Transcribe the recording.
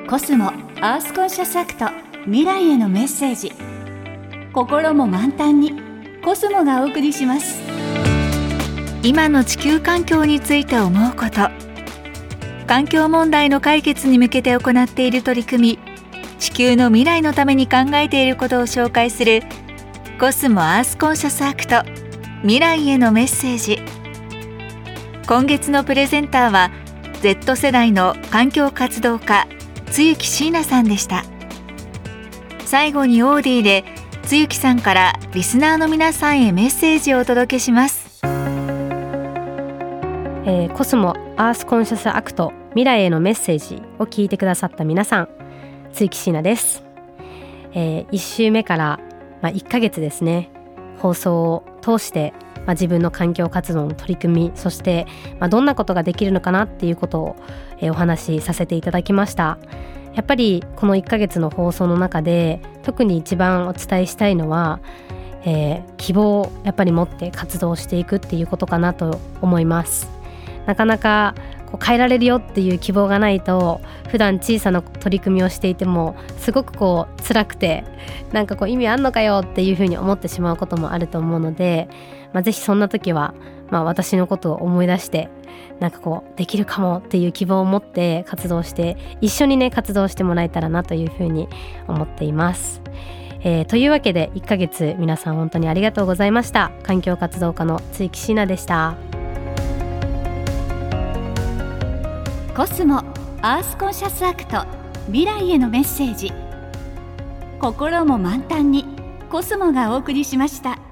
コスモアースコンシャスアクト未来へのメッセージ。心も満タンにコスモがお送りします。今の地球環境について思うこと、環境問題の解決に向けて行っている取り組み、地球の未来のために考えていることを紹介するコスモアースコンシャスアクト未来へのメッセージ。今月のプレゼンターは Z 世代の環境活動家露木椎名さんでした。最後にオーディで露木さんからリスナーの皆さんへメッセージをお届けします。 コスモアースコンシャスアクト未来へのメッセージを聞いてくださった皆さん、露木椎名です。1週目から1ヶ月ですね、放送を通して自分の環境活動の取り組み、そしてどんなことができるのかなっていうことをお話しさせていただきました。やっぱりこの1ヶ月の放送の中で特に一番お伝えしたいのは、希望をやっぱり持って活動していくっていうことかなと思います。なかなか変えられるよっていう希望がないと、普段小さな取り組みをしていてもすごく辛くて、意味あんのかよっていうふうに思ってしまうこともあると思うので、ぜひそんな時は、私のことを思い出してできるかもっていう希望を持って活動して、一緒にね活動してもらえたらなというふうに思っています。というわけで1ヶ月皆さん本当にありがとうございました。環境活動家の露木椎名でした。 コスモアースコンシャスアクト未来へのメッセージ。心も満タンにコスモがお送りしました。